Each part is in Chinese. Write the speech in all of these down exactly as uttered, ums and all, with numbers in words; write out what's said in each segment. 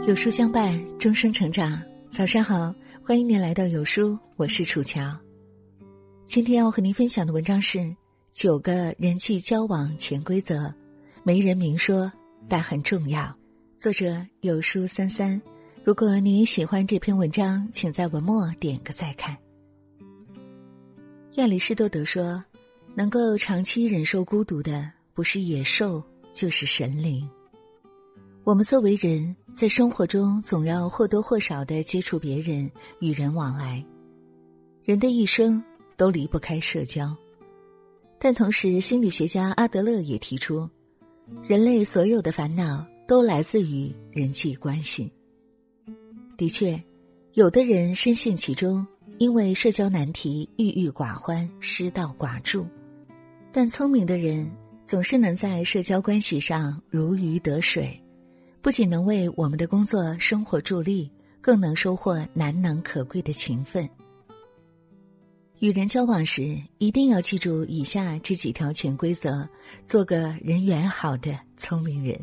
有书相伴，终生成长。早上好，欢迎您来到有书，我是楚乔。今天要和您分享的文章是九个人际交往潜规则，没人明说，但很重要。作者有书三三。如果你喜欢这篇文章，请在文末点个再看。亚里士多德说，能够长期忍受孤独的，不是野兽，就是神灵。我们作为人，在生活中总要或多或少地接触别人，与人往来。人的一生都离不开社交。但同时，心理学家阿德勒也提出，人类所有的烦恼都来自于人际关系。的确，有的人深陷其中，因为社交难题郁郁寡欢，失道寡助。但聪明的人总是能在社交关系上如鱼得水，不仅能为我们的工作生活助力，更能收获难能可贵的情分。与人交往时，一定要记住以下这几条潜规则，做个人缘好的聪明人。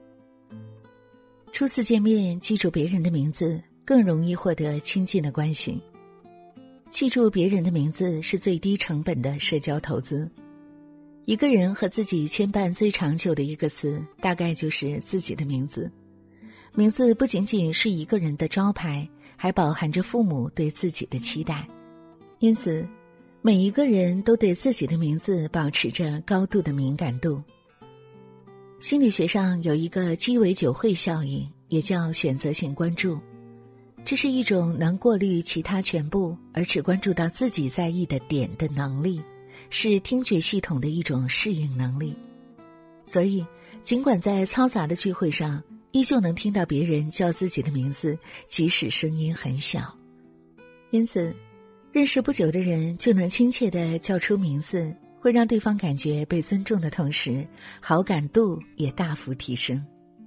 初次见面，记住别人的名字，更容易获得亲近的关系。记住别人的名字是最低成本的社交投资。一个人和自己牵绊最长久的一个词，大概就是自己的名字。名字不仅仅是一个人的招牌，还饱含着父母对自己的期待。因此，每一个人都对自己的名字保持着高度的敏感度。心理学上有一个鸡尾酒会效应，也叫选择性关注。这是一种能过滤其他全部，而只关注到自己在意的点的能力，是听觉系统的一种适应能力。所以，尽管在嘈杂的聚会上，依旧能听到别人叫自己的名字，即使声音很小。因此，认识不久的人就能亲切地叫出名字，会让对方感觉被尊重的同时，好感度也大幅提升。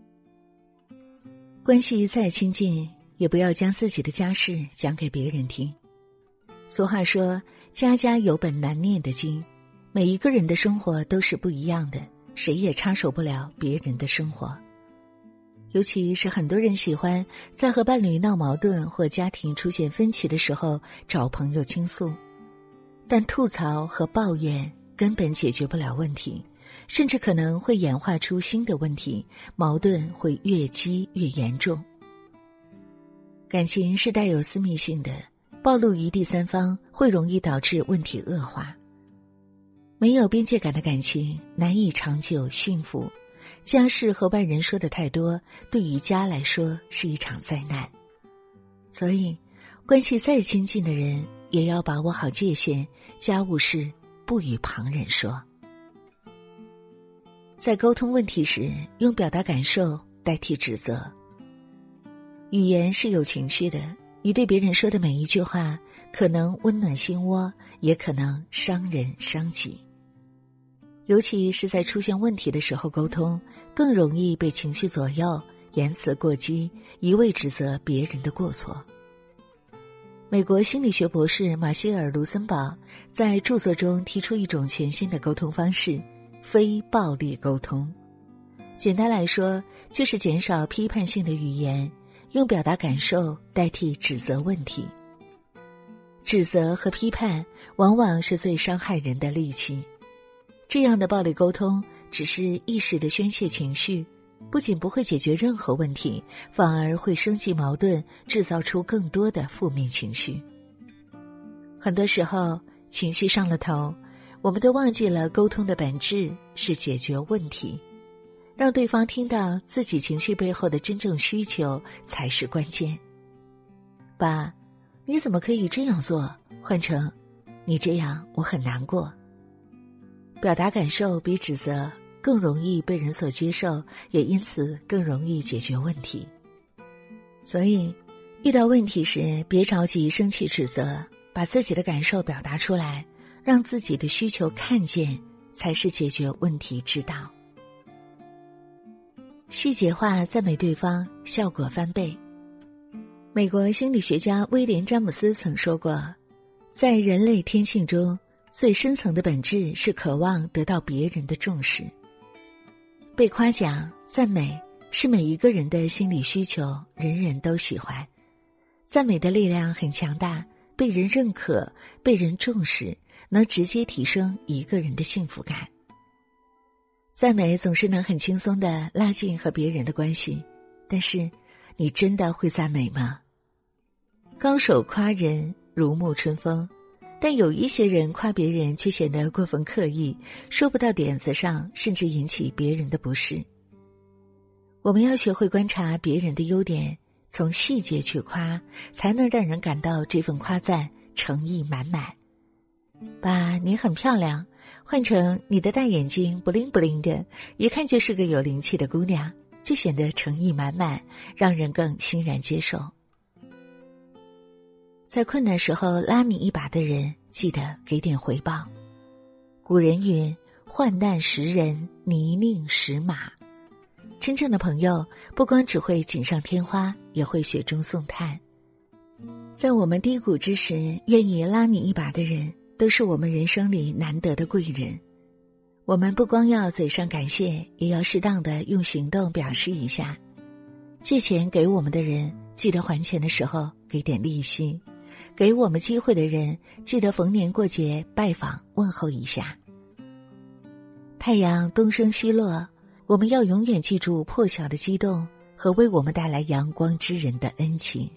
关系再亲近，也不要将自己的家事讲给别人听。俗话说，家家有本难念的经，每一个人的生活都是不一样的，谁也插手不了别人的生活。尤其是很多人喜欢在和伴侣闹矛盾或家庭出现分歧的时候找朋友倾诉，但吐槽和抱怨根本解决不了问题，甚至可能会演化出新的问题，矛盾会越积越严重。感情是带有私密性的，暴露于第三方会容易导致问题恶化。没有边界感的感情难以长久幸福，家事和外人说的太多，对于家来说是一场灾难。所以，关系再亲近的人也要把握好界限，家务事不与旁人说。在沟通问题时，用表达感受代替指责。语言是有情绪的，你对别人说的每一句话，可能温暖心窝，也可能伤人伤己。尤其是在出现问题的时候沟通，更容易被情绪左右，言辞过激，一味指责别人的过错。美国心理学博士马歇尔·卢森堡在著作中提出一种全新的沟通方式，非暴力沟通。简单来说，就是减少批判性的语言，用表达感受代替指责问题。指责和批判往往是最伤害人的利器。这样的暴力沟通只是一时的宣泄情绪，不仅不会解决任何问题，反而会升级矛盾，制造出更多的负面情绪。很多时候，情绪上了头，我们都忘记了沟通的本质是解决问题，让对方听到自己情绪背后的真正需求才是关键。把你怎么可以这样做换成你这样我很难过。表达感受比指责更容易被人所接受，也因此更容易解决问题。所以，遇到问题时，别着急生气指责，把自己的感受表达出来，让自己的需求看见，才是解决问题之道。细节化赞美对方，效果翻倍。美国心理学家威廉·詹姆斯曾说过，在人类天性中，最深层的本质是渴望得到别人的重视。被夸奖、赞美是每一个人的心理需求，人人都喜欢。赞美的力量很强大，被人认可，被人重视，能直接提升一个人的幸福感。赞美总是能很轻松地拉近和别人的关系，但是你真的会赞美吗？高手夸人如沐春风，但有一些人夸别人却显得过分刻意，说不到点子上，甚至引起别人的不适。我们要学会观察别人的优点，从细节去夸，才能让人感到这份夸赞诚意满满。把你很漂亮换成你的大眼睛不灵不灵的，一看就是个有灵气的姑娘，就显得诚意满满，让人更欣然接受。在困难时候拉你一把的人，记得给点回报。古人云，患难识人，泥泞识马。真正的朋友不光只会锦上添花，也会雪中送炭。在我们低谷之时，愿意拉你一把的人，都是我们人生里难得的贵人。我们不光要嘴上感谢，也要适当的用行动表示一下。借钱给我们的人，记得还钱的时候给点利息。给我们机会的人，记得逢年过节拜访问候一下。太阳东升西落，我们要永远记住破晓的激动和为我们带来阳光之人的恩情。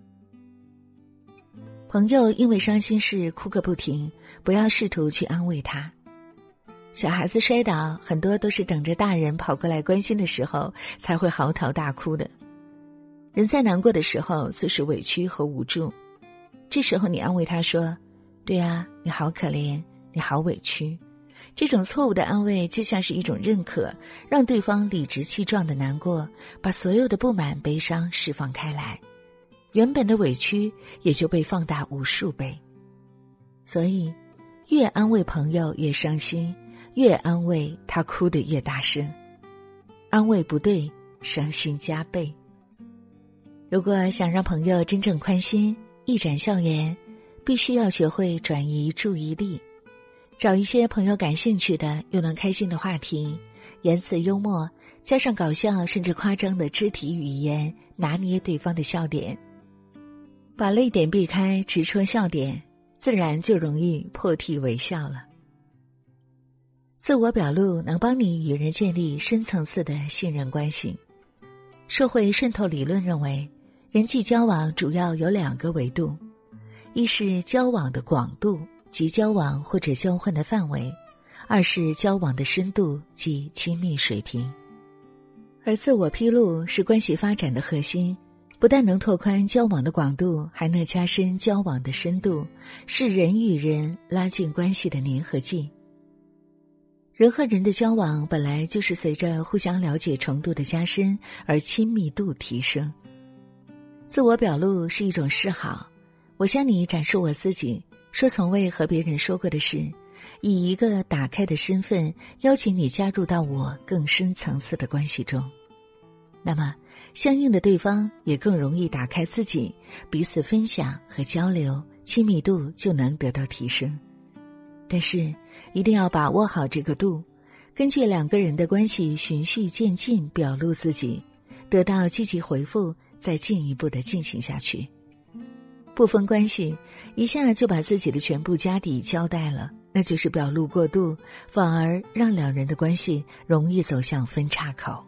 朋友因为伤心事哭个不停，不要试图去安慰他。小孩子摔倒，很多都是等着大人跑过来关心的时候才会嚎啕大哭的。人在难过的时候最是委屈和无助，这时候你安慰他说，对啊，你好可怜，你好委屈。这种错误的安慰就像是一种认可，让对方理直气壮的难过，把所有的不满悲伤释放开来，原本的委屈也就被放大无数倍。所以越安慰朋友越伤心，越安慰他哭得越大声。安慰不对，伤心加倍。如果想让朋友真正宽心，一展笑颜，必须要学会转移注意力，找一些朋友感兴趣的又能开心的话题，言辞幽默，加上搞笑甚至夸张的肢体语言，拿捏对方的笑点，把泪点避开，直戳笑点，自然就容易破涕为笑了。自我表露能帮你与人建立深层次的信任关系。社会渗透理论认为，人际交往主要有两个维度，一是交往的广度，即交往或者交换的范围；二是交往的深度，即亲密水平。而自我披露是关系发展的核心，不但能拓宽交往的广度，还能加深交往的深度，是人与人拉近关系的粘合剂。人和人的交往本来就是随着互相了解程度的加深而亲密度提升。自我表露是一种示好，我向你展示我自己，说从未和别人说过的事，以一个打开的身份邀请你加入到我更深层次的关系中。那么相应的对方也更容易打开自己，彼此分享和交流，亲密度就能得到提升。但是一定要把握好这个度，根据两个人的关系循序渐进表露自己，得到积极回复，再进一步的进行下去。不分关系，一下就把自己的全部家底交代了，那就是表露过度，反而让两人的关系容易走向分岔口。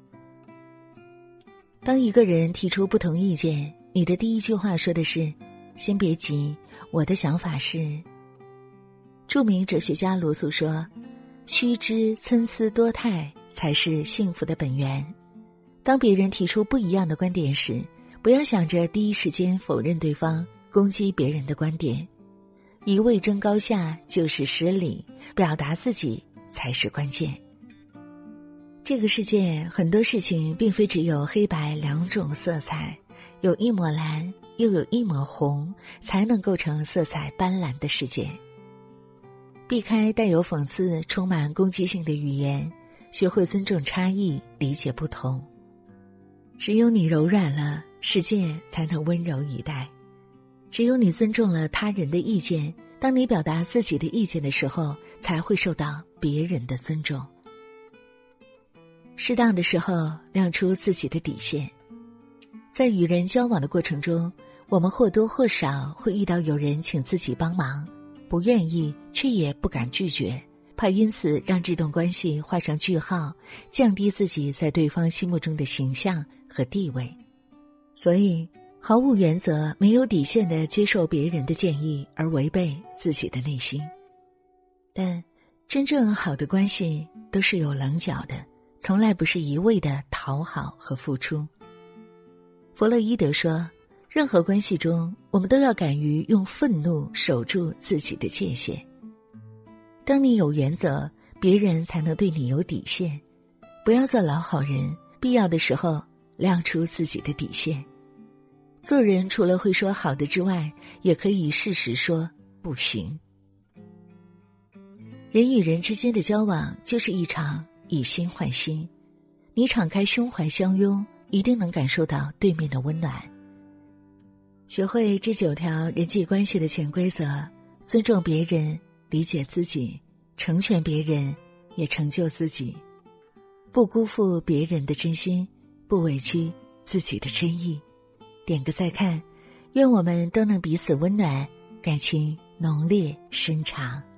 当一个人提出不同意见，你的第一句话说的是，先别急，我的想法是。著名哲学家罗素说，须知参差多态才是幸福的本源。当别人提出不一样的观点时，不要想着第一时间否认对方，攻击别人的观点，一味争高下就是失礼，表达自己才是关键。这个世界很多事情并非只有黑白两种色彩，有一抹蓝，又有一抹红，才能构成色彩斑斓的世界。避开带有讽刺、充满攻击性的语言，学会尊重差异，理解不同。只有你柔软了，世界才能温柔以待。只有你尊重了他人的意见，当你表达自己的意见的时候，才会受到别人的尊重。 适当的时候亮出自己的底线。在与人交往的过程中，我们或多或少会遇到有人请自己帮忙，不愿意却也不敢拒绝，怕因此让这段关系画上句号，降低自己在对方心目中的形象和地位。所以毫无原则、没有底线地接受别人的建议，而违背自己的内心。但真正好的关系都是有棱角的，从来不是一味的讨好和付出。弗洛伊德说，任何关系中，我们都要敢于用愤怒守住自己的界限。当你有原则，别人才能对你有底线。不要做老好人，必要的时候亮出自己的底线。做人除了会说好的之外，也可以适时说不行。人与人之间的交往就是一场以心换心，你敞开胸怀相拥，一定能感受到对面的温暖。学会这九条人际关系的潜规则：尊重别人，理解自己，成全别人，也成就自己。不辜负别人的真心，不委屈自己的真意。点个再看，愿我们都能彼此温暖，感情浓烈深长。